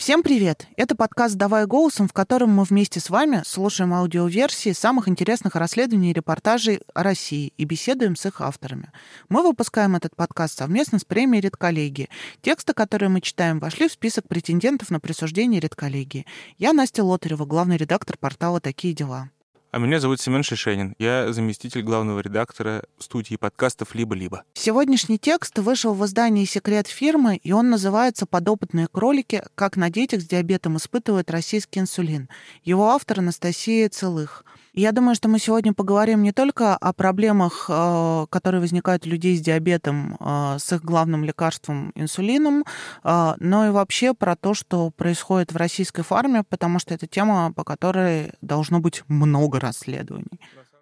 Всем привет! Это подкаст «Давай голосом», в котором мы вместе с вами слушаем аудиоверсии самых интересных расследований и репортажей о России и беседуем с их авторами. Мы выпускаем этот подкаст совместно с премией «Редколлегии». Тексты, которые мы читаем, вошли в список претендентов на присуждение «Редколлегии». Я Настя Лотарева, главный редактор портала «Такие дела». А меня зовут Семен Шишенин. Я заместитель главного редактора студии подкастов «Либо-либо». Сегодняшний текст вышел в издании «Секрет фирмы», и он называется «Подопытные кролики. Как на детях с диабетом испытывают российский инсулин». Его автор Анастасия Целых. И я думаю, что мы сегодня поговорим не только о проблемах, которые возникают у людей с диабетом, с их главным лекарством инсулином, но и вообще про то, что происходит в российской фарме, потому что это тема, по которой должно быть много расследований.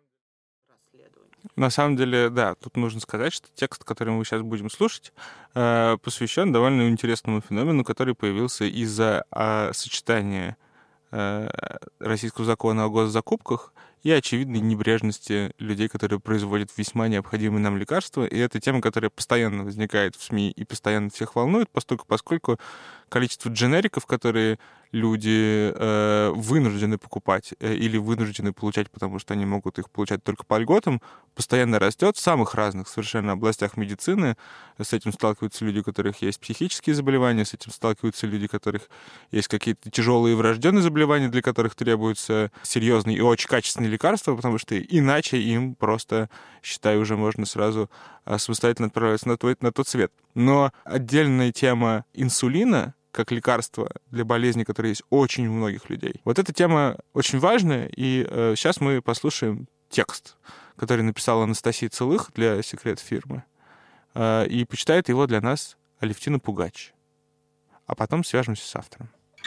На самом деле, да, тут нужно сказать, что текст, который мы сейчас будем слушать, посвящен довольно интересному феномену, который появился из-за сочетания российского закона о госзакупках и очевидной небрежности людей, которые производят весьма необходимые нам лекарства. И это тема, которая постоянно возникает в СМИ и постоянно всех волнует, поскольку количество дженериков, которые люди вынуждены покупать или вынуждены получать, потому что они могут их получать только по льготам, постоянно растет в самых разных совершенно областях медицины. С этим сталкиваются люди, у которых есть психические заболевания, с этим сталкиваются люди, у которых есть какие-то тяжелые врожденные заболевания, для которых требуются серьезные и очень качественные лекарства, потому что иначе им просто, считай, уже можно сразу самостоятельно отправляться на тот свет. Но отдельная тема инсулина как лекарство для болезней, которые есть очень у многих людей. Вот эта тема очень важная, и сейчас мы послушаем текст, который написала Анастасия Целых для «Секрет фирмы», и почитает его для нас Алевтина Пугач. А потом свяжемся с автором.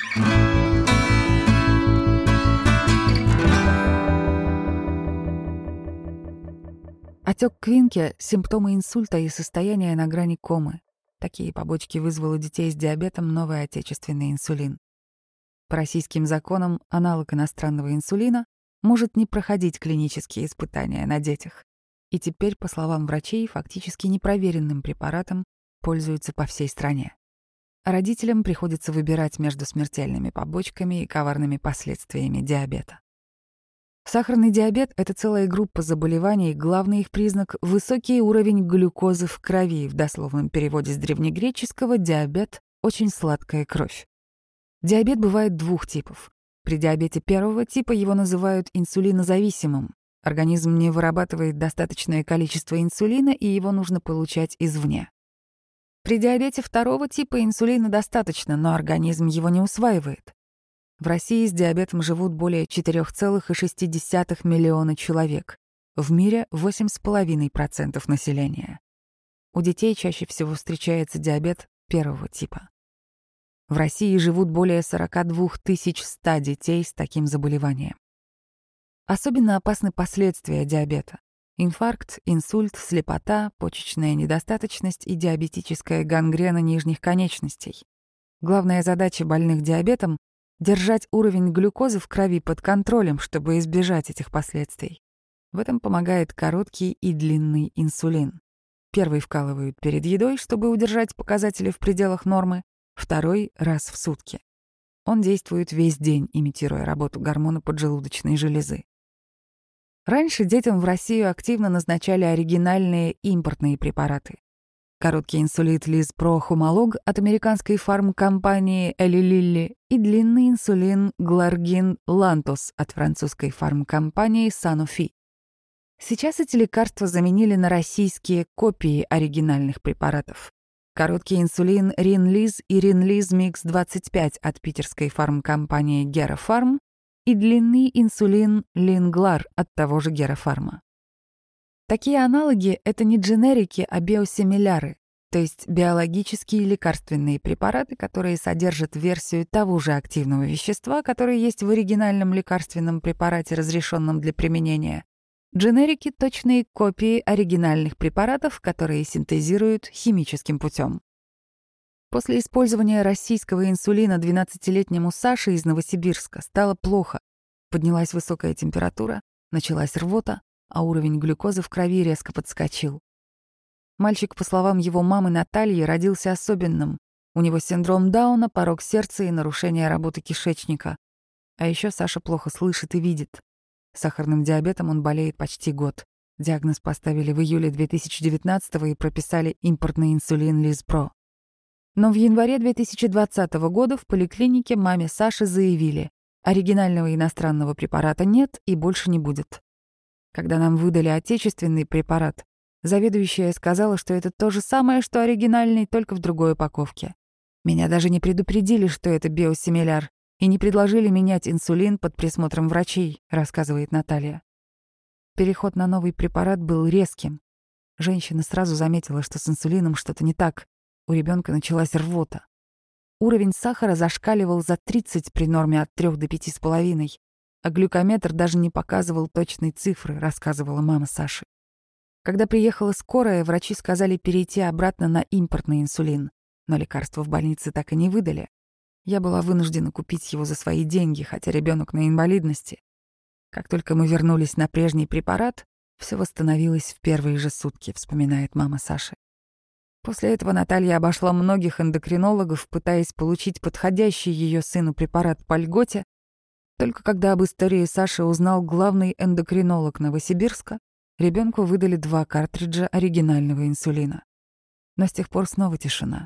Отек Квинке — симптомы инсульта и состояния на грани комы. Такие побочки вызвал у детей с диабетом новый отечественный инсулин. По российским законам аналог иностранного инсулина может не проходить клинические испытания на детях. И теперь, по словам врачей, фактически непроверенным препаратом пользуются по всей стране. А родителям приходится выбирать между смертельными побочками и коварными последствиями диабета. Сахарный диабет — это целая группа заболеваний, главный их признак — высокий уровень глюкозы в крови, в дословном переводе с древнегреческого «диабет» — очень сладкая кровь. Диабет бывает двух типов. При диабете первого типа его называют инсулинозависимым. Организм не вырабатывает достаточное количество инсулина, и его нужно получать извне. При диабете второго типа инсулина достаточно, но организм его не усваивает. В России с диабетом живут более 4,6 миллиона человек. В мире 8,5% населения. У детей чаще всего встречается диабет первого типа. В России живут более 42 100 детей с таким заболеванием. Особенно опасны последствия диабета. Инфаркт, инсульт, слепота, почечная недостаточность и диабетическая гангрена нижних конечностей. Главная задача больных диабетом — держать уровень глюкозы в крови под контролем, чтобы избежать этих последствий. В этом помогает короткий и длинный инсулин. Первый вкалывают перед едой, чтобы удержать показатели в пределах нормы, второй — раз в сутки. Он действует весь день, имитируя работу гормона поджелудочной железы. Раньше детям в Россию активно назначали оригинальные импортные препараты. Короткий инсулин Лизпро Хумалог от американской фармкомпании Эли Лилли и длинный инсулин Гларгин Лантос от французской фармкомпании Sanofi. Сейчас эти лекарства заменили на российские копии оригинальных препаратов. Короткий инсулин Ринлиз и Ринлиз Микс 25 от питерской фармкомпании Герафарм и длинный инсулин Линглар от того же Герафарма. Такие аналоги — это не дженерики, а биосимиляры, то есть биологические лекарственные препараты, которые содержат версию того же активного вещества, которое есть в оригинальном лекарственном препарате, разрешенном для применения. Дженерики — точные копии оригинальных препаратов, которые синтезируют химическим путем. После использования российского инсулина 12-летнему Саше из Новосибирска стало плохо. Поднялась высокая температура, началась рвота, а уровень глюкозы в крови резко подскочил. Мальчик, по словам его мамы Натальи, родился особенным. У него синдром Дауна, порок сердца и нарушение работы кишечника. А еще Саша плохо слышит и видит. Сахарным диабетом он болеет почти год. Диагноз поставили в июле 2019-го и прописали импортный инсулин Лизпро. Но в январе 2020 года в поликлинике маме Саши заявили, оригинального иностранного препарата нет и больше не будет. Когда нам выдали отечественный препарат, заведующая сказала, что это то же самое, что оригинальный, только в другой упаковке. Меня даже не предупредили, что это биосимиляр, и не предложили менять инсулин под присмотром врачей, рассказывает Наталья. Переход на новый препарат был резким. Женщина сразу заметила, что с инсулином что-то не так. У ребенка началась рвота. Уровень сахара зашкаливал за 30 при норме от 3 до 5,5, а глюкометр даже не показывал точной цифры, рассказывала мама Саши. Когда приехала скорая, врачи сказали перейти обратно на импортный инсулин, но лекарства в больнице так и не выдали. Я была вынуждена купить его за свои деньги, хотя ребенок на инвалидности. Как только мы вернулись на прежний препарат, все восстановилось в первые же сутки, вспоминает мама Саши. После этого Наталья обошла многих эндокринологов, пытаясь получить подходящий ее сыну препарат по льготе. Только когда об истории Саши узнал главный эндокринолог Новосибирска, ребенку выдали 2 картриджа оригинального инсулина. Но с тех пор снова тишина.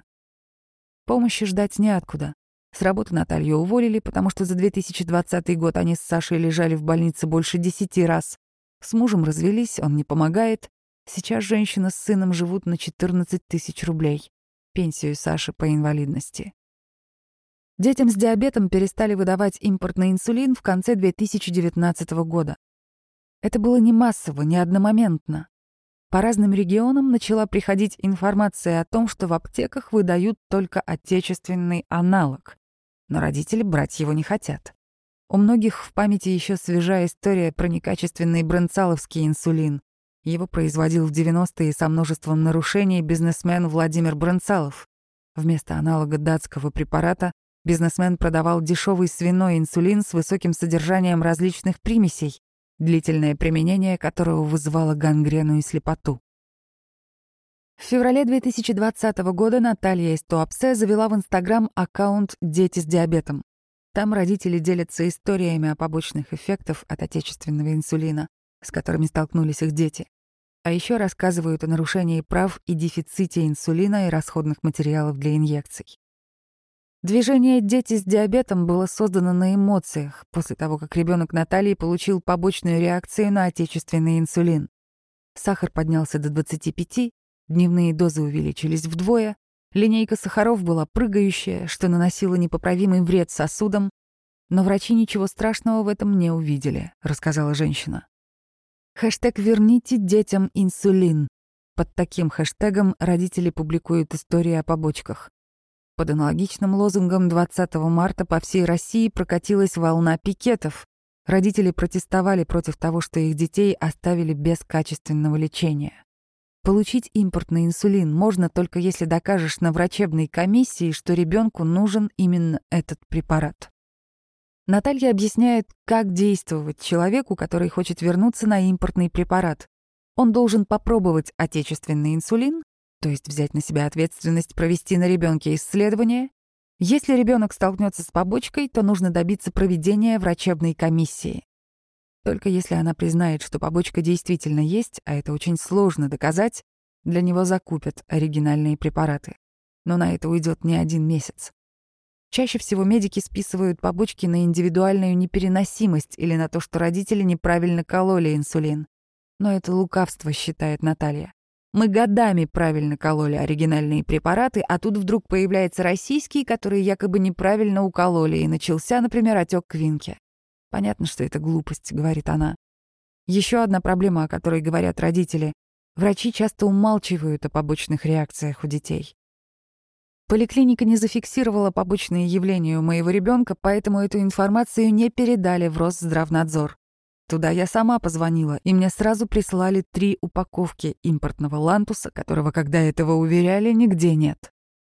Помощи ждать неоткуда. С работы Наталью уволили, потому что за 2020 год они с Сашей лежали в больнице больше 10 раз. С мужем развелись, он не помогает. Сейчас женщина с сыном живут на 14 тысяч рублей. Пенсию Саши по инвалидности. Детям с диабетом перестали выдавать импортный инсулин в конце 2019 года. Это было не массово, не одномоментно. По разным регионам начала приходить информация о том, что в аптеках выдают только отечественный аналог, но родители брать его не хотят. У многих в памяти еще свежая история про некачественный бренцаловский инсулин. Его производил в 90-е со множеством нарушений бизнесмен Владимир Бренцалов. Вместо аналога датского препарата бизнесмен продавал дешевый свиной инсулин с высоким содержанием различных примесей, длительное применение которого вызывало гангрену и слепоту. В феврале 2020 года Наталья из Туапсе завела в Инстаграм аккаунт «Дети с диабетом». Там родители делятся историями о побочных эффектах от отечественного инсулина, с которыми столкнулись их дети. А еще рассказывают о нарушении прав и дефиците инсулина и расходных материалов для инъекций. Движение «Дети с диабетом» было создано на эмоциях после того, как ребенок Натальи получил побочную реакцию на отечественный инсулин. Сахар поднялся до 25, дневные дозы увеличились вдвое, линейка сахаров была прыгающая, что наносило непоправимый вред сосудам, но врачи ничего страшного в этом не увидели, рассказала женщина. Хэштег «Верните детям инсулин». Под таким хэштегом родители публикуют истории о побочках. Под аналогичным лозунгом 20 марта по всей России прокатилась волна пикетов. Родители протестовали против того, что их детей оставили без качественного лечения. Получить импортный инсулин можно только если докажешь на врачебной комиссии, что ребенку нужен именно этот препарат. Наталья объясняет, как действовать человеку, который хочет вернуться на импортный препарат. Он должен попробовать отечественный инсулин, то есть взять на себя ответственность провести на ребенке исследование. Если ребенок столкнется с побочкой, то нужно добиться проведения врачебной комиссии. Только если она признает, что побочка действительно есть, а это очень сложно доказать, для него закупят оригинальные препараты. Но на это уйдет не 1 месяц. Чаще всего медики списывают побочки на индивидуальную непереносимость или на то, что родители неправильно кололи инсулин. Но это лукавство, считает Наталья. Мы годами правильно кололи оригинальные препараты, а тут вдруг появляется российский, который якобы неправильно укололи, и начался, например, отек Квинки. Понятно, что это глупость, говорит она. Еще одна проблема, о которой говорят родители. Врачи часто умалчивают о побочных реакциях у детей. Поликлиника не зафиксировала побочные явления у моего ребенка, поэтому эту информацию не передали в Росздравнадзор. Туда я сама позвонила, и мне сразу прислали 3 упаковки импортного лантуса, которого, когда этого уверяли, нигде нет.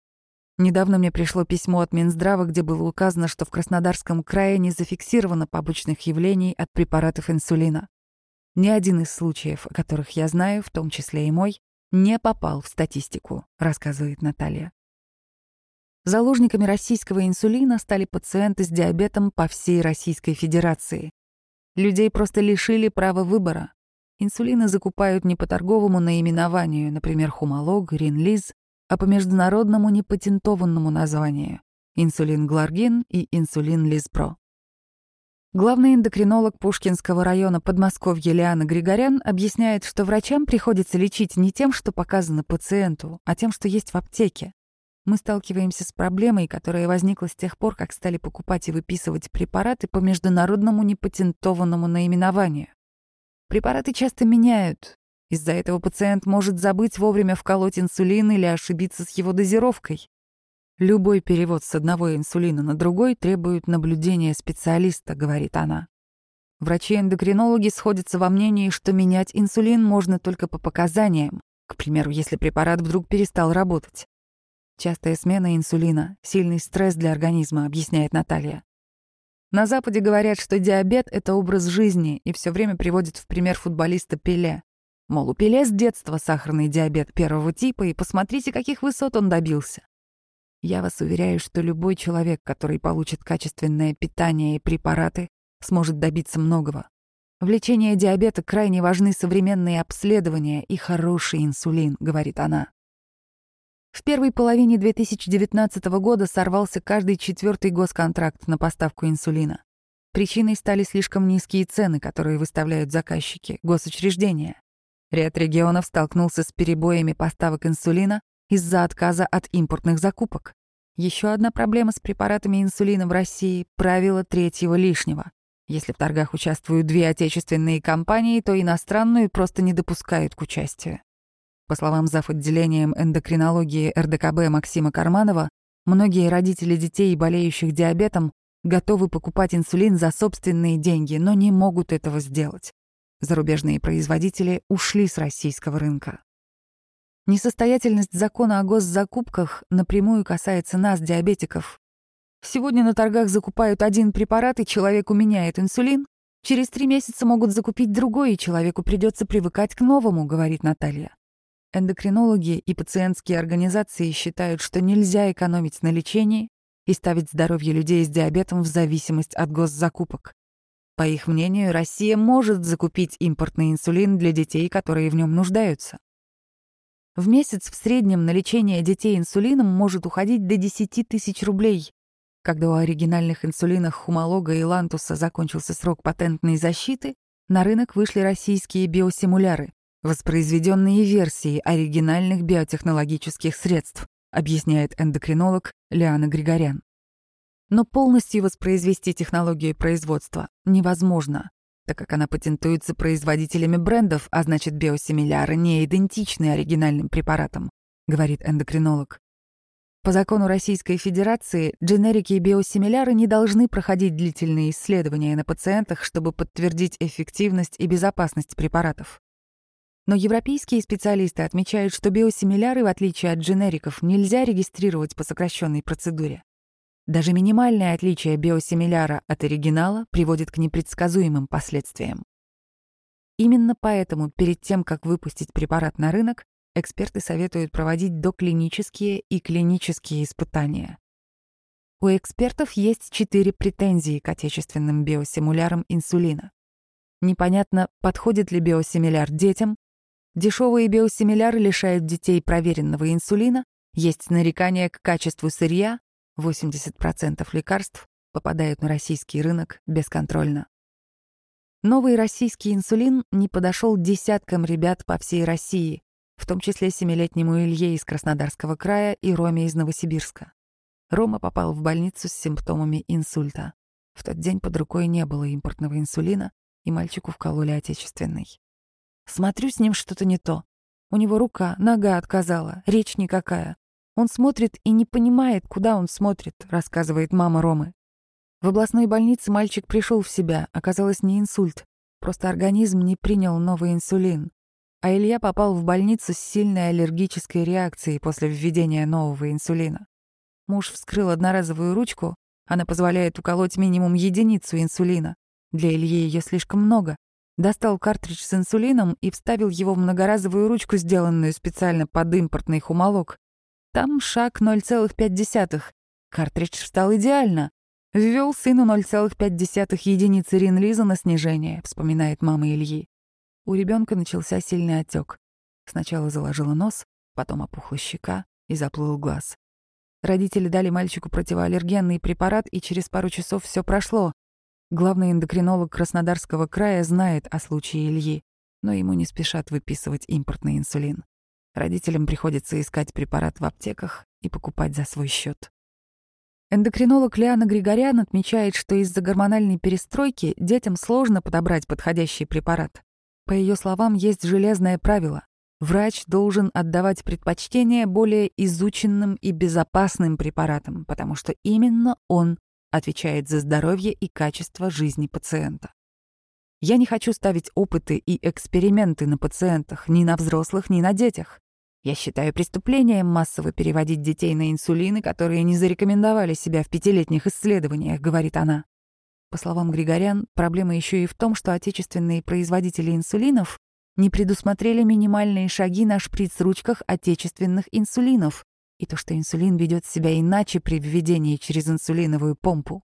Недавно мне пришло письмо от Минздрава, где было указано, что в Краснодарском крае не зафиксировано побочных явлений от препаратов инсулина. Ни один из случаев, о которых я знаю, в том числе и мой, не попал в статистику, рассказывает Наталья. Заложниками российского инсулина стали пациенты с диабетом по всей Российской Федерации. Людей просто лишили права выбора. Инсулины закупают не по торговому наименованию, например, Хумалог, Ринлиз, а по международному непатентованному названию — инсулин Гларгин и инсулин Лизпро. Главный эндокринолог Пушкинского района Подмосковья Лиана Григорян объясняет, что врачам приходится лечить не тем, что показано пациенту, а тем, что есть в аптеке. Мы сталкиваемся с проблемой, которая возникла с тех пор, как стали покупать и выписывать препараты по международному непатентованному наименованию. Препараты часто меняют. Из-за этого пациент может забыть вовремя вколоть инсулин или ошибиться с его дозировкой. Любой перевод с одного инсулина на другой требует наблюдения специалиста, говорит она. Врачи-эндокринологи сходятся во мнении, что менять инсулин можно только по показаниям, к примеру, если препарат вдруг перестал работать. Частая смена инсулина — сильный стресс для организма, объясняет Наталья. На Западе говорят, что диабет — это образ жизни, и все время приводят в пример футболиста Пеле. Мол, у Пеле с детства сахарный диабет первого типа, и посмотрите, каких высот он добился. Я вас уверяю, что любой человек, который получит качественное питание и препараты, сможет добиться многого. В лечении диабета крайне важны современные обследования и хороший инсулин, говорит она. В первой половине 2019 года сорвался каждый 4-й госконтракт на поставку инсулина. Причиной стали слишком низкие цены, которые выставляют заказчики, госучреждения. Ряд регионов столкнулся с перебоями поставок инсулина из-за отказа от импортных закупок. Еще одна проблема с препаратами инсулина в России — правило третьего лишнего. Если в торгах участвуют 2 отечественные компании, то иностранную просто не допускают к участию. По словам зав. Отделением эндокринологии РДКБ Максима Карманова, многие родители детей, болеющих диабетом, готовы покупать инсулин за собственные деньги, но не могут этого сделать. Зарубежные производители ушли с российского рынка. Несостоятельность закона о госзакупках напрямую касается нас, диабетиков. Сегодня на торгах закупают один препарат, и человеку меняет инсулин. Через 3 месяца могут закупить другой, и человеку придется привыкать к новому, говорит Наталья. Эндокринологи и пациентские организации считают, что нельзя экономить на лечении и ставить здоровье людей с диабетом в зависимость от госзакупок. По их мнению, Россия может закупить импортный инсулин для детей, которые в нем нуждаются. В месяц в среднем на лечение детей инсулином может уходить до 10 тысяч рублей. Когда у оригинальных инсулинов Хумалога и Лантуса закончился срок патентной защиты, на рынок вышли российские биосимуляры, воспроизведенные версии оригинальных биотехнологических средств, объясняет эндокринолог Лиана Григорян. Но полностью воспроизвести технологию производства невозможно, так как она патентуется производителями брендов, а значит, биосимиляры не идентичны оригинальным препаратам, говорит эндокринолог. По закону Российской Федерации дженерики и биосимиляры не должны проходить длительные исследования на пациентах, чтобы подтвердить эффективность и безопасность препаратов. Но европейские специалисты отмечают, что биосимиляры, в отличие от дженериков, нельзя регистрировать по сокращенной процедуре. Даже минимальное отличие биосимиляра от оригинала приводит к непредсказуемым последствиям. Именно поэтому перед тем, как выпустить препарат на рынок, эксперты советуют проводить доклинические и клинические испытания. У экспертов есть 4 претензии к отечественным биосимулярам инсулина. Непонятно, подходит ли биосимиляр детям, дешевые биосимиляры лишают детей проверенного инсулина, есть нарекания к качеству сырья, 80% лекарств попадают на российский рынок бесконтрольно. Новый российский инсулин не подошел десяткам ребят по всей России, в том числе 7-летнему Илье из Краснодарского края и Роме из Новосибирска. Рома попал в больницу с симптомами инсульта. В тот день под рукой не было импортного инсулина, и мальчику вкололи отечественный. Смотрю, с ним что-то не то. У него рука, нога отказала, речь никакая. Он смотрит и не понимает, куда он смотрит, рассказывает мама Ромы. В областной больнице мальчик пришел в себя, оказалось не инсульт, просто организм не принял новый инсулин. А Илья попал в больницу с сильной аллергической реакцией после введения нового инсулина. Муж вскрыл одноразовую ручку, она позволяет уколоть минимум единицу инсулина. Для Ильи ее слишком много. Достал картридж с инсулином и вставил его в многоразовую ручку, сделанную специально под импортный Хумалог. Там шаг 0,5. Картридж встал идеально. Ввел сыну 0,5 единицы ринлиза на снижение, вспоминает мама Ильи. У ребенка начался сильный отек. Сначала заложила нос, потом опухла щека и заплыл глаз. Родители дали мальчику противоаллергенный препарат, и через пару часов все прошло. Главный эндокринолог Краснодарского края знает о случае Ильи, но ему не спешат выписывать импортный инсулин. Родителям приходится искать препарат в аптеках и покупать за свой счет. Эндокринолог Лиана Григорян отмечает, что из-за гормональной перестройки детям сложно подобрать подходящий препарат. По ее словам, есть железное правило: врач должен отдавать предпочтение более изученным и безопасным препаратам, потому что именно он отвечает за здоровье и качество жизни пациента. Я не хочу ставить опыты и эксперименты на пациентах, ни на взрослых, ни на детях. Я считаю преступлением массово переводить детей на инсулины, которые не зарекомендовали себя в 5-летних исследованиях, говорит она. По словам Григорян, проблема еще и в том, что отечественные производители инсулинов не предусмотрели минимальные шаги на шприц-ручках отечественных инсулинов и то, что инсулин ведет себя иначе при введении через инсулиновую помпу.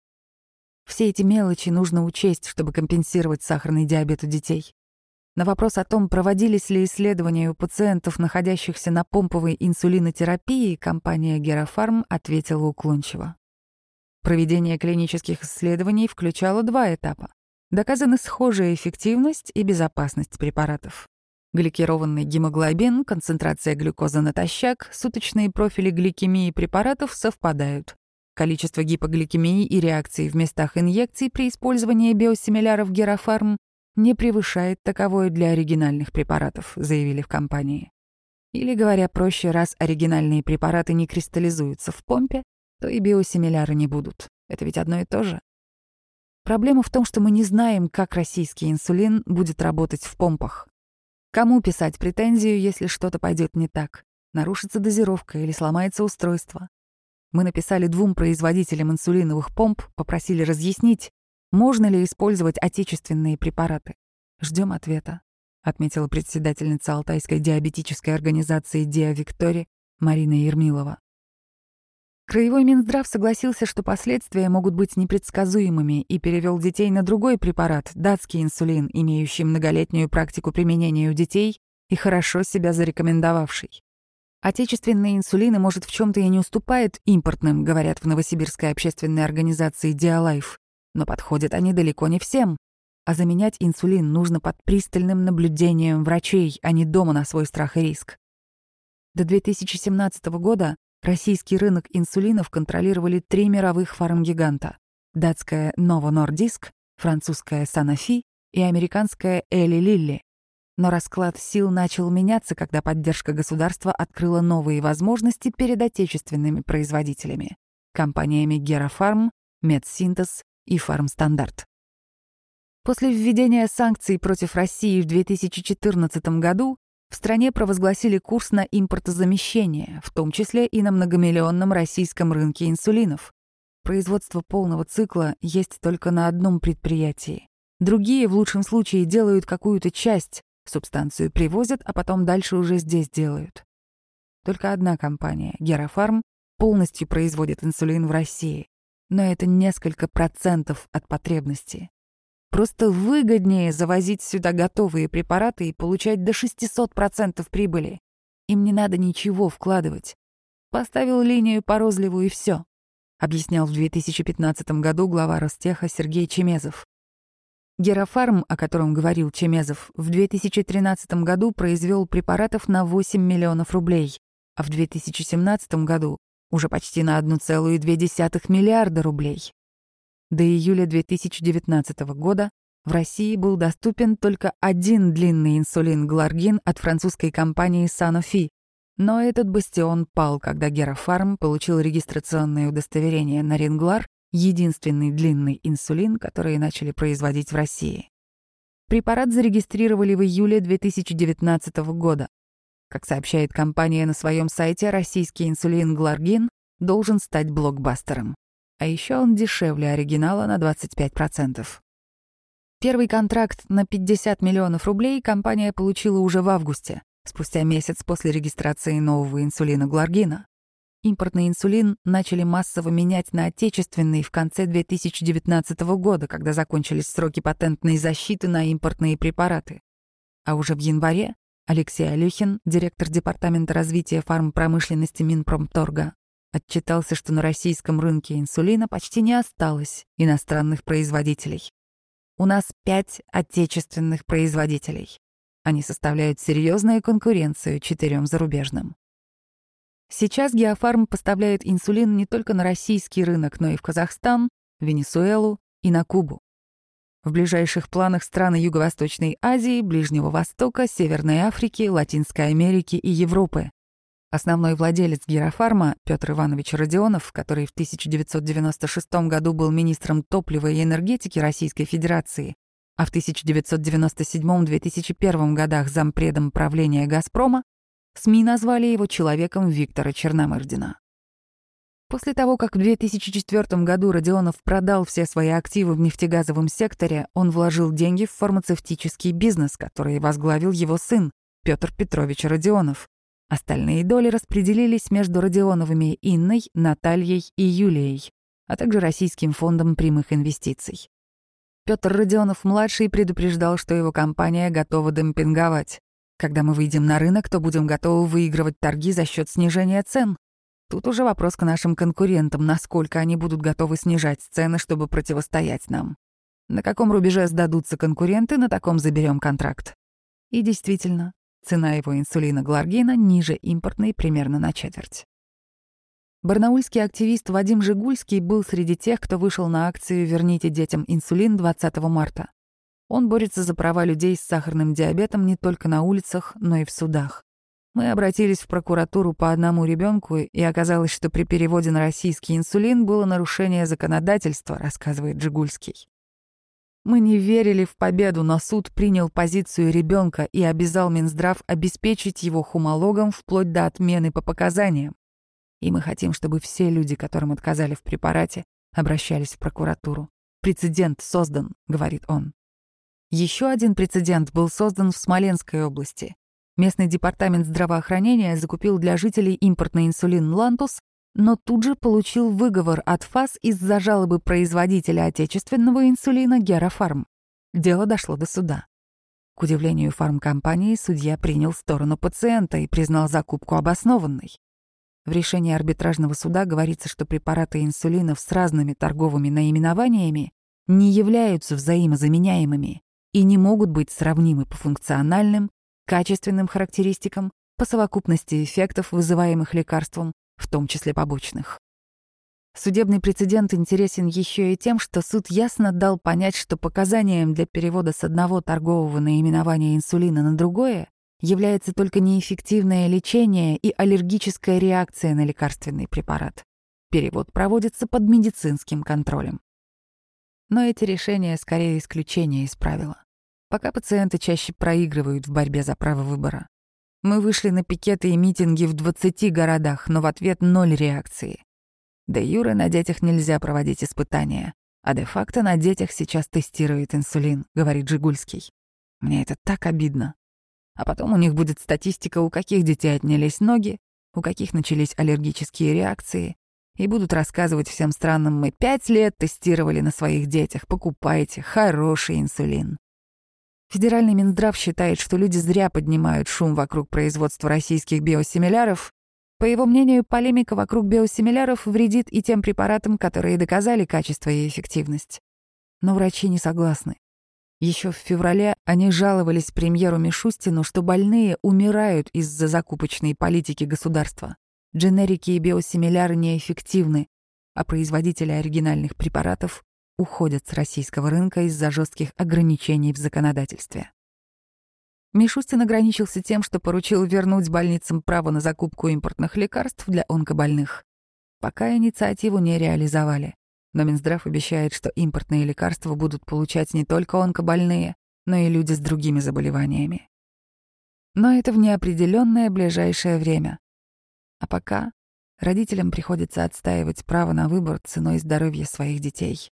Все эти мелочи нужно учесть, чтобы компенсировать сахарный диабет у детей. На вопрос о том, проводились ли исследования у пациентов, находящихся на помповой инсулинотерапии, компания Герафарм ответила уклончиво. Проведение клинических исследований включало 2 этапа. Доказаны схожая эффективность и безопасность препаратов. Гликированный гемоглобин, концентрация глюкозы натощак, суточные профили гликемии препаратов совпадают. Количество гипогликемии и реакций в местах инъекций при использовании биосимиляров Герафарм не превышает таковое для оригинальных препаратов, заявили в компании. Или, говоря проще, раз оригинальные препараты не кристаллизуются в помпе, то и биосимиляры не будут. Это ведь одно и то же. Проблема в том, что мы не знаем, как российский инсулин будет работать в помпах. Кому писать претензию, если что-то пойдет не так? Нарушится дозировка или сломается устройство? Мы написали 2 производителям инсулиновых помп, попросили разъяснить, можно ли использовать отечественные препараты. Ждем ответа, отметила председательница Алтайской диабетической организации «Диа Виктори» Марина Ермилова. Краевой Минздрав согласился, что последствия могут быть непредсказуемыми, и перевел детей на другой препарат — датский инсулин, имеющий многолетнюю практику применения у детей и хорошо себя зарекомендовавший. Отечественные инсулины, может, в чем-то и не уступают импортным, говорят в Новосибирской общественной организации «Диалайф», но подходят они далеко не всем. А заменять инсулин нужно под пристальным наблюдением врачей, а не дома на свой страх и риск. До 2017 года российский рынок инсулинов контролировали 3 мировых фармгиганта: датская Novo Nordisk, французская Sanofi и американская Eli Lilly. Но расклад сил начал меняться, когда поддержка государства открыла новые возможности перед отечественными производителями — компаниями Герафарм, Медсинтез и Фармстандарт. После введения санкций против России в 2014 году в стране провозгласили курс на импортозамещение, в том числе и на многомиллионном российском рынке инсулинов. Производство полного цикла есть только на одном предприятии. Другие, в лучшем случае, делают какую-то часть, субстанцию привозят, а потом дальше уже здесь делают. Только одна компания, Герафарм, полностью производит инсулин в России. Но это несколько процентов от потребности. Просто выгоднее завозить сюда готовые препараты и получать до 600% прибыли. Им не надо ничего вкладывать. Поставил линию по розливу и все, объяснял в 2015 году глава Ростеха Сергей Чемезов. Герафарм, о котором говорил Чемезов, в 2013 году произвел препаратов на 8 миллионов рублей, а в 2017 году уже почти на 1,2 миллиарда рублей. До июля 2019 года в России был доступен только один длинный инсулин Гlargin от французской компании Sanofi, но этот бастион пал, когда Герафарм получил регистрационное удостоверение на Ринглар, единственный длинный инсулин, который начали производить в России. Препарат зарегистрировали в июле 2019 года. Как сообщает компания на своем сайте, российский инсулин Glargin должен стать блокбастером. А еще он дешевле оригинала на 25%. Первый контракт на 50 миллионов рублей компания получила уже в августе, спустя месяц после регистрации нового инсулина Glargin. Импортный инсулин начали массово менять на отечественный в конце 2019 года, когда закончились сроки патентной защиты на импортные препараты. А уже в январе Алексей Алюхин, директор Департамента развития фармпромышленности Минпромторга, отчитался, что на российском рынке инсулина почти не осталось иностранных производителей. У нас 5 отечественных производителей. Они составляют серьезную конкуренцию 4 зарубежным. Сейчас Геофарм поставляет инсулин не только на российский рынок, но и в Казахстан, Венесуэлу и на Кубу. В ближайших планах страны Юго-Восточной Азии, Ближнего Востока, Северной Африки, Латинской Америки и Европы. Основной владелец Геофарма, Петр Иванович Родионов, который в 1996 году был министром топлива и энергетики Российской Федерации, а в 1997-2001 годах зампредом правления «Газпрома», СМИ назвали его человеком Виктора Черномырдина. После того, как в 2004 году Родионов продал все свои активы в нефтегазовом секторе, он вложил деньги в фармацевтический бизнес, который возглавил его сын, Петр Петрович Родионов. Остальные доли распределились между Родионовыми Инной, Натальей и Юлией, а также Российским фондом прямых инвестиций. Петр Родионов-младший предупреждал, что его компания готова демпинговать. Когда мы выйдем на рынок, то будем готовы выигрывать торги за счет снижения цен. Тут уже вопрос к нашим конкурентам, насколько они будут готовы снижать цены, чтобы противостоять нам. На каком рубеже сдадутся конкуренты, на таком заберем контракт. И действительно, цена его инсулина Гларгина ниже импортной примерно на четверть. Барнаульский активист Вадим Жигульский был среди тех, кто вышел на акцию «Верните детям инсулин» 20 марта. Он борется за права людей с сахарным диабетом не только на улицах, но и в судах. Мы обратились в прокуратуру по одному ребенку, и оказалось, что при переводе на российский инсулин было нарушение законодательства, рассказывает Жигульский. Мы не верили в победу, но суд принял позицию ребенка и обязал Минздрав обеспечить его хумологом вплоть до отмены по показаниям. И мы хотим, чтобы все люди, которым отказали в препарате, обращались в прокуратуру. Прецедент создан, говорит он. Еще один прецедент был создан в Смоленской области. Местный департамент здравоохранения закупил для жителей импортный инсулин «Лантус», но тут же получил выговор от ФАС из-за жалобы производителя отечественного инсулина «Геофарм». Дело дошло до суда. К удивлению фармкомпании, судья принял сторону пациента и признал закупку обоснованной. В решении арбитражного суда говорится, что препараты инсулинов с разными торговыми наименованиями не являются взаимозаменяемыми и не могут быть сравнимы по функциональным, качественным характеристикам, по совокупности эффектов, вызываемых лекарством, в том числе побочных. Судебный прецедент интересен еще и тем, что суд ясно дал понять, что показанием для перевода с одного торгового наименования инсулина на другое является только неэффективное лечение и аллергическая реакция на лекарственный препарат. Перевод проводится под медицинским контролем. Но эти решения скорее исключение из правила. Пока пациенты чаще проигрывают в борьбе за право выбора. Мы вышли на пикеты и митинги в 20 городах, но в ответ 0 реакции. Де юре на детях нельзя проводить испытания, а де-факто на детях сейчас тестируют инсулин, говорит Жигульский. Мне это так обидно. А потом у них будет статистика, у каких детей отнялись ноги, у каких начались аллергические реакции, и будут рассказывать всем странам: мы 5 лет тестировали на своих детях, покупайте хороший инсулин. Федеральный Минздрав считает, что люди зря поднимают шум вокруг производства российских биосимиляров. По его мнению, полемика вокруг биосимиляров вредит и тем препаратам, которые доказали качество и эффективность. Но врачи не согласны. Еще в феврале они жаловались премьеру Мишустину, что больные умирают из-за закупочной политики государства. Дженерики и биосимиляры неэффективны, а производители оригинальных препаратов уходят с российского рынка из-за жестких ограничений в законодательстве. Мишустин ограничился тем, что поручил вернуть больницам право на закупку импортных лекарств для онкобольных. Пока инициативу не реализовали, но Минздрав обещает, что импортные лекарства будут получать не только онкобольные, но и люди с другими заболеваниями. Но это в неопределенное ближайшее время. А пока родителям приходится отстаивать право на выбор ценой здоровья своих детей.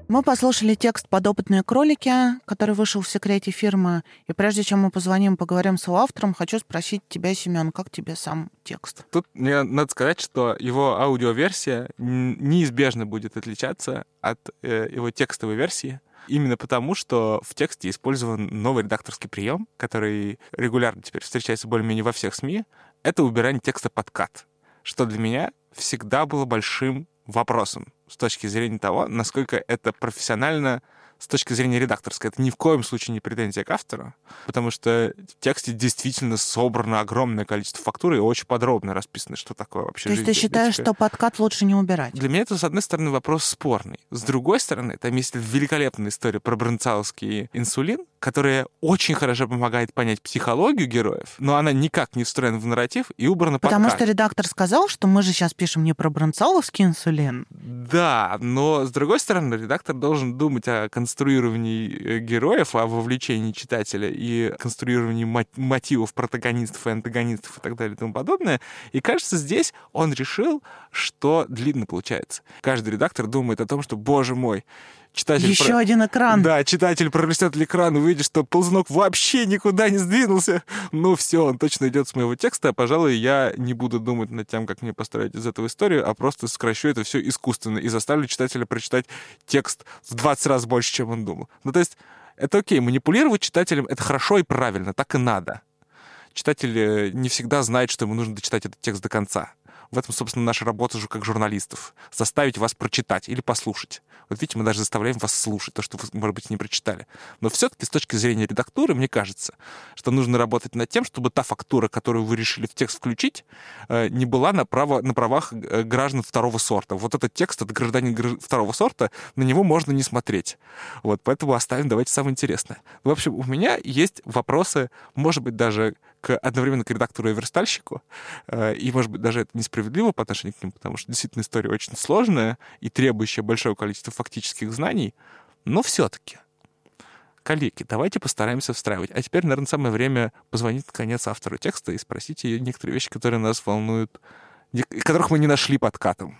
Мы послушали текст «Подопытные кролики», который вышел в секрете фирмы. И прежде чем мы позвоним, поговорим с его автором, хочу спросить тебя, Семен, как тебе сам текст? Тут мне надо сказать, что его аудиоверсия неизбежно будет отличаться от его текстовой версии. Именно потому, что в тексте использован новый редакторский прием, который регулярно теперь встречается более-менее во всех СМИ. Это убирание текста под кат, что для меня всегда было большим вопросом с точки зрения того, насколько это профессионально с точки зрения редакторской. Это ни в коем случае не претензия к автору, потому что в тексте действительно собрано огромное количество фактур и очень подробно расписано, что такое вообще То есть жизнь ты считаешь, диабетика. что подкат лучше не убирать? Для меня это, с одной стороны, вопрос спорный. С другой стороны, там есть великолепная история про бронцаловский инсулин, которая очень хорошо помогает понять психологию героев, но она никак не встроена в нарратив и убрана под Потому кат. что редактор сказал, что мы же сейчас пишем не про бронцаловский инсулин. Да, но с другой стороны, редактор должен думать о конструировании героев, о вовлечении читателя и конструировании мотивов протагонистов и антагонистов и так далее и тому подобное. И кажется, здесь он решил, что длинно получается. Каждый редактор думает о том, что, боже мой, читатель... Еще один экран. Да, читатель пролистает экран, увидит, что ползунок вообще никуда не сдвинулся. Ну все, он точно идет с моего текста. Пожалуй, я не буду думать над тем, как мне построить из этого историю, а просто сокращу это все искусственно и заставлю читателя прочитать текст в 20 раз больше, чем он думал. Ну то есть это окей, манипулировать читателем — это хорошо и правильно, так и надо. Читатель не всегда знает, что ему нужно дочитать этот текст до конца. В этом, собственно, наша работа же как журналистов. Заставить вас прочитать или послушать. Вот видите, мы даже заставляем вас слушать то, что вы, может быть, не прочитали. Но все-таки с точки зрения редактуры, мне кажется, что нужно работать над тем, чтобы та фактура, которую вы решили в текст включить, не была на правах граждан второго сорта. Вот этот текст — это гражданин второго сорта, на него можно не смотреть. Вот, поэтому оставим, давайте, самое интересное. В общем, у меня есть вопросы, может быть, даже одновременно к редактору и верстальщику, и, может быть, даже это несправедливо по отношению к ним, потому что действительно история очень сложная и требующая большое количество фактических знаний, но все-таки. Коллеги, давайте постараемся встраивать. А теперь, наверное, самое время позвонить, наконец, автору текста и спросить ее некоторые вещи, которые нас волнуют, которых мы не нашли под катом.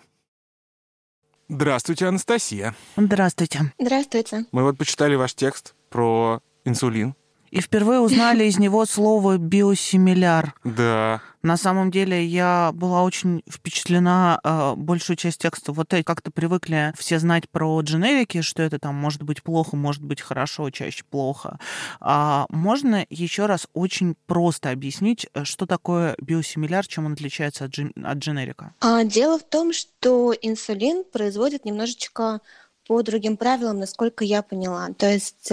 Здравствуйте, Анастасия. Здравствуйте. Здравствуйте. Мы вот почитали ваш текст про инсулин. И впервые узнали из него слово «биосимиляр». Да. На самом деле я была очень впечатлена большую часть текста. Вот как-то привыкли все знать про дженерики, что это там может быть плохо, может быть хорошо, чаще плохо. Можно еще раз очень просто объяснить, что такое биосимиляр, чем он отличается от дженерика? Дело в том, что инсулин производит немножечко по другим правилам, насколько я поняла. То есть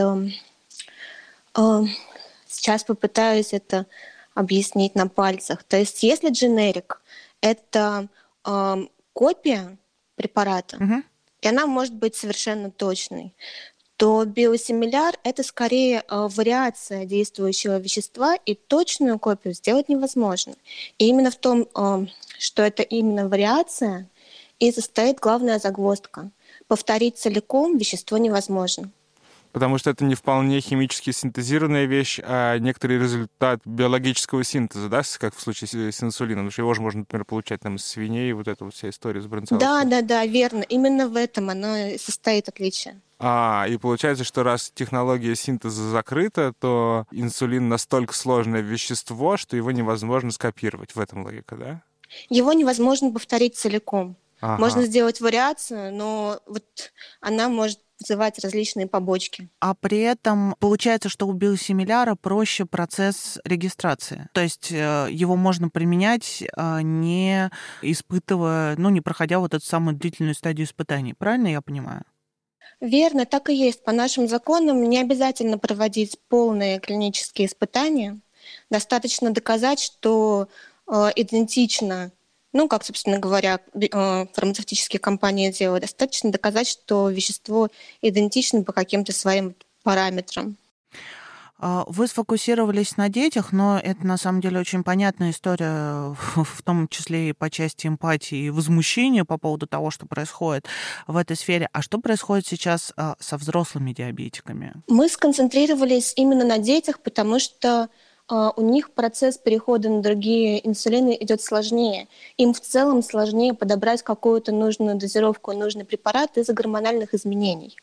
сейчас попытаюсь это объяснить на пальцах. То есть если дженерик — это копия препарата, и она может быть совершенно точной, то биосимиляр — это скорее вариация действующего вещества, и точную копию сделать невозможно. И именно в том, что это именно вариация, и состоит главная загвоздка. Повторить целиком вещество невозможно. Потому что это не вполне химически синтезированная вещь, а некоторый результат биологического синтеза, да, как в случае с инсулином. Потому что его же можно, например, получать там, из свиней, вот эта вот вся история с бронцаловским. Да, верно. Именно в этом оно и состоит отличие. И получается, что раз технология синтеза закрыта, то инсулин настолько сложное вещество, что его невозможно скопировать. В этом логика, да? Его невозможно повторить целиком. Ага. Можно сделать вариацию, но вот она может вызывать различные побочки. А при этом получается, что у биосимиляра проще процесс регистрации. То есть его можно применять, не испытывая, не проходя вот эту самую длительную стадию испытаний. Правильно я понимаю? Верно, так и есть. По нашим законам не обязательно проводить полные клинические испытания. Достаточно доказать, что идентично, как, собственно говоря, фармацевтические компании делают, достаточно доказать, что вещество идентично по каким-то своим параметрам. Вы сфокусировались на детях, но это на самом деле очень понятная история, в том числе и по части эмпатии и возмущения по поводу того, что происходит в этой сфере. А что происходит сейчас со взрослыми диабетиками? Мы сконцентрировались именно на детях, потому что у них процесс перехода на другие инсулины идет сложнее. Им в целом сложнее подобрать какую-то нужную дозировку, нужный препарат из-за гормональных изменений.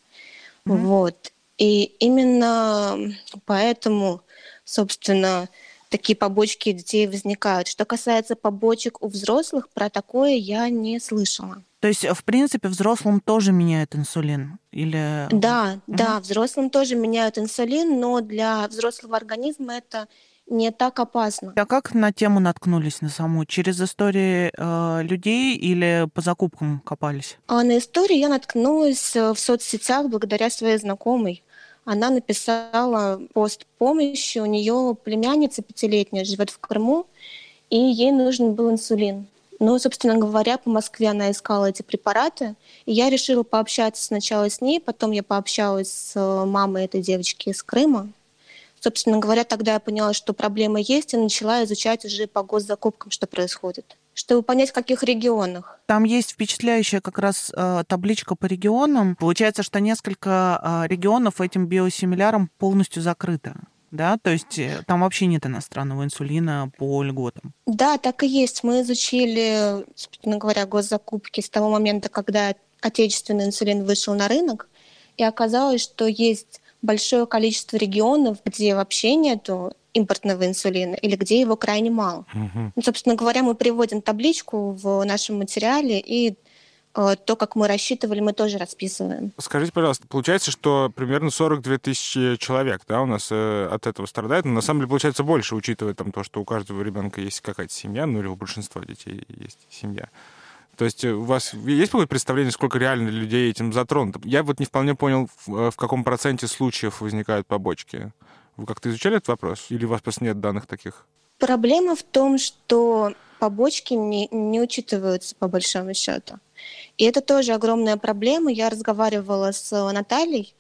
Вот. И именно поэтому, собственно, такие побочки у детей возникают. Что касается побочек у взрослых, про такое я не слышала. То есть, в принципе, взрослым тоже меняют инсулин? Или... Да, взрослым тоже меняют инсулин, но для взрослого организма это не так опасно. А как на тему наткнулись на саму? Через истории людей или по закупкам копались? На истории я наткнулась в соцсетях благодаря своей знакомой. Она написала пост помощи, у нее племянница 5-летняя живет в Крыму, и ей нужен был инсулин. Ну, собственно говоря, по Москве она искала эти препараты, и я решила пообщаться сначала с ней, потом я пообщалась с мамой этой девочки из Крыма. Собственно говоря, тогда я поняла, что проблема есть, и начала изучать уже по госзакупкам, что происходит, чтобы понять, в каких регионах. Там есть впечатляющая как раз табличка по регионам. Получается, что несколько регионов этим биосимиляром полностью закрыто. Да, то есть там вообще нет иностранного инсулина по льготам. Да, так и есть. Мы изучили, собственно говоря, госзакупки с того момента, когда отечественный инсулин вышел на рынок, и оказалось, что есть большое количество регионов, где вообще нету импортного инсулина или где его крайне мало. Ну, собственно говоря, мы приводим табличку в нашем материале, и то, как мы рассчитывали, мы тоже расписываем. Скажите, пожалуйста, получается, что примерно 42 тысячи человек, да, у нас от этого страдает, но на самом деле получается больше, учитывая там то, что у каждого ребенка есть какая-то семья, ну или у большинства детей есть семья. То есть у вас есть какое-то представление, сколько реально людей этим затронуто? Я вот не вполне понял, в каком проценте случаев возникают побочки. Вы как-то изучали этот вопрос? Или у вас просто нет данных таких? Проблема в том, что побочки не учитываются по большому счету. И это тоже огромная проблема. Я разговаривала с Натальей,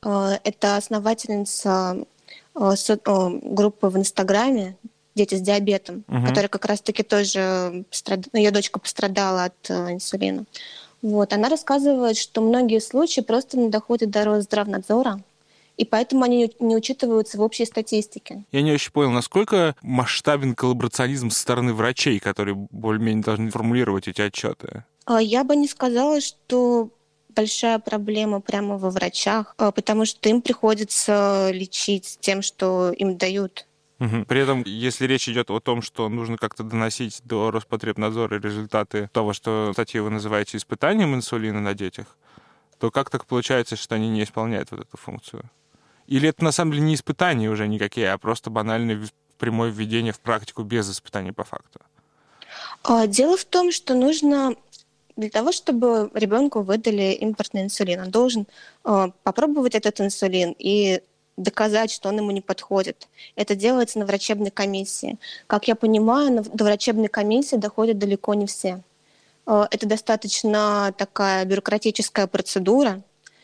это основательница группы в Инстаграме «Дети с диабетом», которая как раз-таки тоже, ее дочка пострадала от инсулина. Вот. Она рассказывает, что многие случаи просто не доходят до Росздравнадзора, и поэтому они не учитываются в общей статистике. Я не очень понял, насколько масштабен коллаборационизм со стороны врачей, которые более-менее должны формулировать эти отчеты? Я бы не сказала, что большая проблема прямо во врачах, потому что им приходится лечить тем, что им дают. При этом, если речь идет о том, что нужно как-то доносить до Роспотребнадзора результаты того, что статьи вы называете испытанием инсулина на детях, то как так получается, что они не исполняют вот эту функцию? Или это на самом деле не испытания уже никакие, а просто банальное прямое введение в практику без испытаний по факту? Дело в том, что нужно для того, чтобы ребенку выдали импортный инсулин, он должен попробовать этот инсулин и доказать, что он ему не подходит. Это делается на врачебной комиссии. Как я понимаю, до врачебной комиссии доходят далеко не все. Это достаточно такая бюрократическая процедура,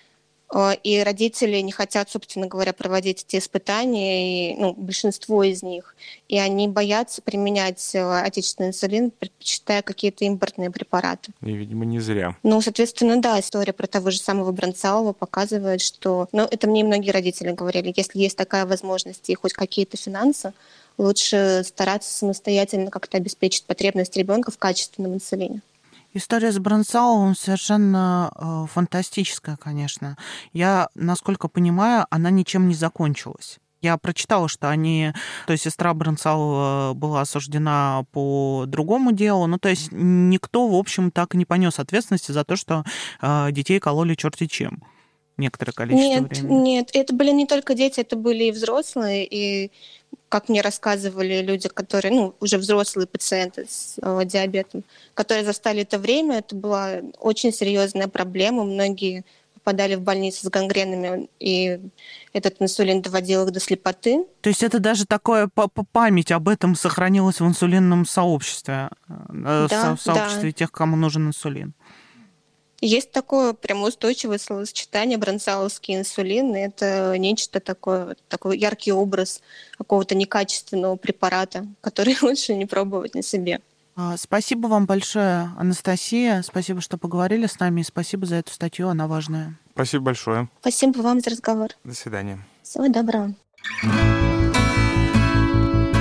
и родители не хотят, собственно говоря, проводить эти испытания, и, большинство из них, и они боятся применять отечественный инсулин, предпочитая какие-то импортные препараты. И, видимо, не зря. Соответственно, да, история про того же самого Бронцалова показывает, что, это мне и многие родители говорили, если есть такая возможность и хоть какие-то финансы, лучше стараться самостоятельно как-то обеспечить потребность ребенка в качественном инсулине. История с Бронцаловым совершенно фантастическая, конечно. Я, насколько понимаю, она ничем не закончилась. Я прочитала, что то есть сестра Бронцалова была осуждена по другому делу. То есть никто, в общем, так и не понес ответственности за то, что детей кололи черти чем некоторое количество времени. Нет, это были не только дети, это были и взрослые, и, как мне рассказывали люди, которые, уже взрослые пациенты с диабетом, которые застали это время, это была очень серьезная проблема. Многие попадали в больницу с гангренами, и этот инсулин доводил их до слепоты. То есть это даже такое память об этом сохранилась в инсулинном сообществе, в сообществе тех, кому нужен инсулин. Есть такое прям устойчивое словосочетание бронцаловский инсулин, и это нечто такое, такой яркий образ какого-то некачественного препарата, который лучше не пробовать на себе. Спасибо вам большое, Анастасия. Спасибо, что поговорили с нами, и спасибо за эту статью, она важная. Спасибо большое. Спасибо вам за разговор. До свидания. Всего доброго.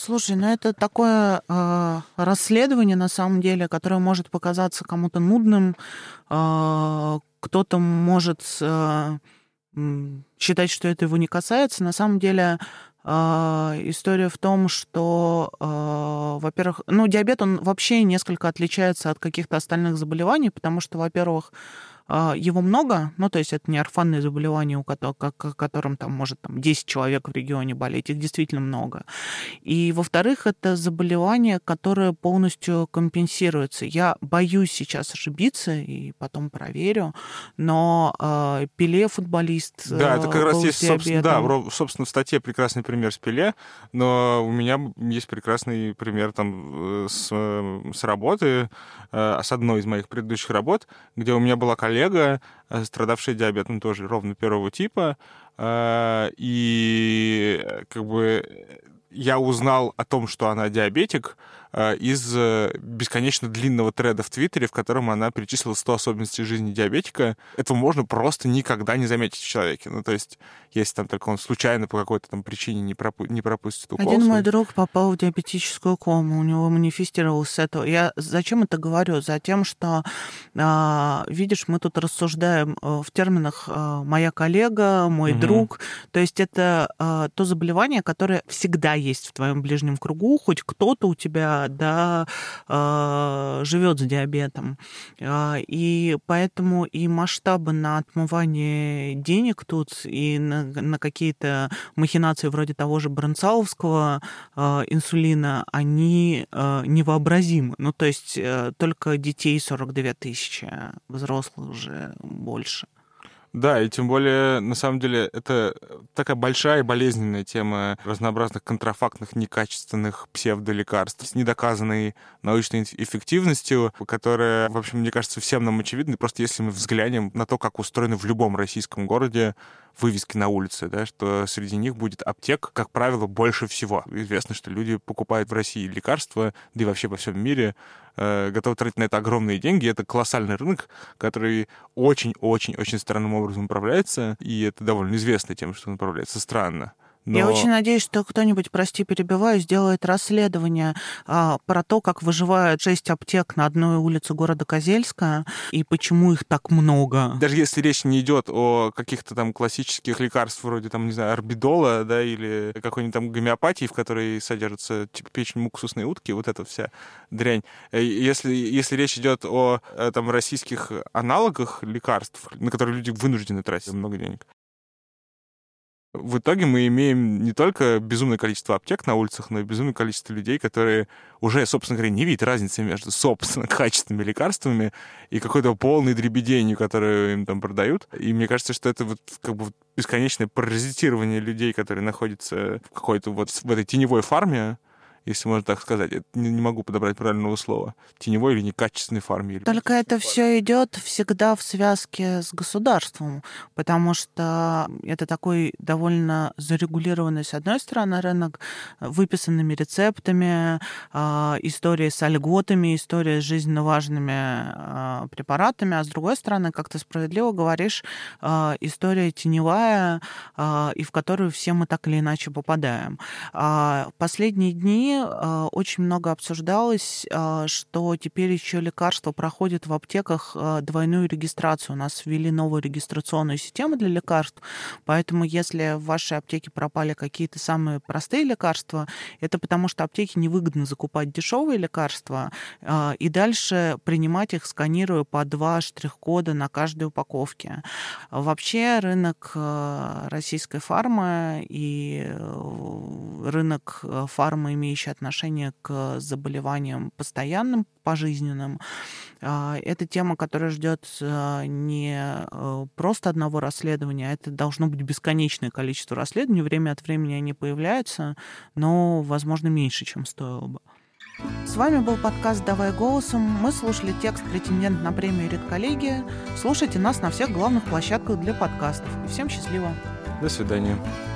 Слушай, ну это такое расследование, на самом деле, которое может показаться кому-то нудным. Кто-то может считать, что это его не касается. На самом деле история в том, что, во-первых, диабет, он вообще несколько отличается от каких-то остальных заболеваний, потому что, во-первых, его много, то есть это не орфанные заболевания, у которым там может 10 человек в регионе болеть, их действительно много. И, во-вторых, это заболевание, которое полностью компенсируется. Я боюсь сейчас ошибиться и потом проверю, но Пеле, футболист, да, это как раз есть, собственно, в статье прекрасный пример с Пеле, но у меня есть прекрасный пример там с работы, с одной из моих предыдущих работ, где у меня была коллега, страдавшая диабетом тоже ровно первого типа, и как бы я узнал о том, что она диабетик, из бесконечно длинного треда в Твиттере, в котором она перечислила 100 особенностей жизни диабетика. Этого можно просто никогда не заметить в человеке. То есть, если там только он случайно по какой-то там причине не пропустит укол. Один мой друг попал в диабетическую кому, у него манифестировалось с этого. Я зачем это говорю? Затем, что, видишь, мы тут рассуждаем в терминах «моя коллега», «мой друг». То есть это то заболевание, которое всегда есть в твоем ближнем кругу, хоть кто-то у тебя живет с диабетом. И поэтому и масштабы на отмывание денег тут, и на какие-то махинации вроде того же бронцаловского инсулина, они невообразимы. То есть только детей 42 тысячи, взрослых же больше. Да, и тем более, на самом деле, это такая большая и болезненная тема разнообразных контрафактных, некачественных псевдолекарств с недоказанной научной эффективностью, которая, в общем, мне кажется, всем нам очевидна. Просто если мы взглянем на то, как устроены в любом российском городе вывески на улице, да, что среди них будет аптек, как правило, больше всего. Известно, что люди покупают в России лекарства, да и вообще во всем мире, готовы тратить на это огромные деньги. Это колоссальный рынок, который очень-очень-очень странным образом управляется, и это довольно известно тем, что он управляется странно. Но... Я очень надеюсь, что кто-нибудь, прости, перебиваю, сделает расследование про то, как выживают 6 аптек на одной улице города Козельска и почему их так много. Даже если речь не идет о каких-то там классических лекарствах вроде, там, не знаю, орбидола, да, или какой-нибудь там гомеопатии, в которой содержатся типа печень уксусной утки, вот эта вся дрянь. Если речь идет о там российских аналогах лекарств, на которые люди вынуждены тратить много денег, в итоге мы имеем не только безумное количество аптек на улицах, но и безумное количество людей, которые уже, собственно говоря, не видят разницы между, собственно, качественными лекарствами и какой-то полной дребеденью, которую им там продают. И мне кажется, что это вот как бы бесконечное паразитирование людей, которые находятся в какой-то вот в этой теневой фарме, если можно так сказать. Я не могу подобрать правильного слова. Теневой или некачественной фарме. Только это все идет всегда в связке с государством, потому что это такой довольно зарегулированный, с одной стороны, рынок, выписанными рецептами, история с льготами, история с жизненно важными препаратами, а с другой стороны, как ты справедливо говоришь, история теневая, и в которую все мы так или иначе попадаем. Последние дни очень много обсуждалось, что теперь еще лекарства проходят в аптеках двойную регистрацию. У нас ввели новую регистрационную систему для лекарств, поэтому если в вашей аптеке пропали какие-то самые простые лекарства, это потому что аптеке невыгодно закупать дешевые лекарства и дальше принимать их, сканируя по 2 штрих-кода на каждой упаковке. Вообще рынок российской фармы и рынок фармы, имеющий отношение к заболеваниям постоянным, пожизненным, это тема, которая ждет не просто одного расследования, а это должно быть бесконечное количество расследований. Время от времени они появляются, но, возможно, меньше, чем стоило бы. С вами был подкаст «Давай голосом». Мы слушали текст «Претендент на премию Редколлегия». Слушайте нас на всех главных площадках для подкастов. И всем счастливо. До свидания.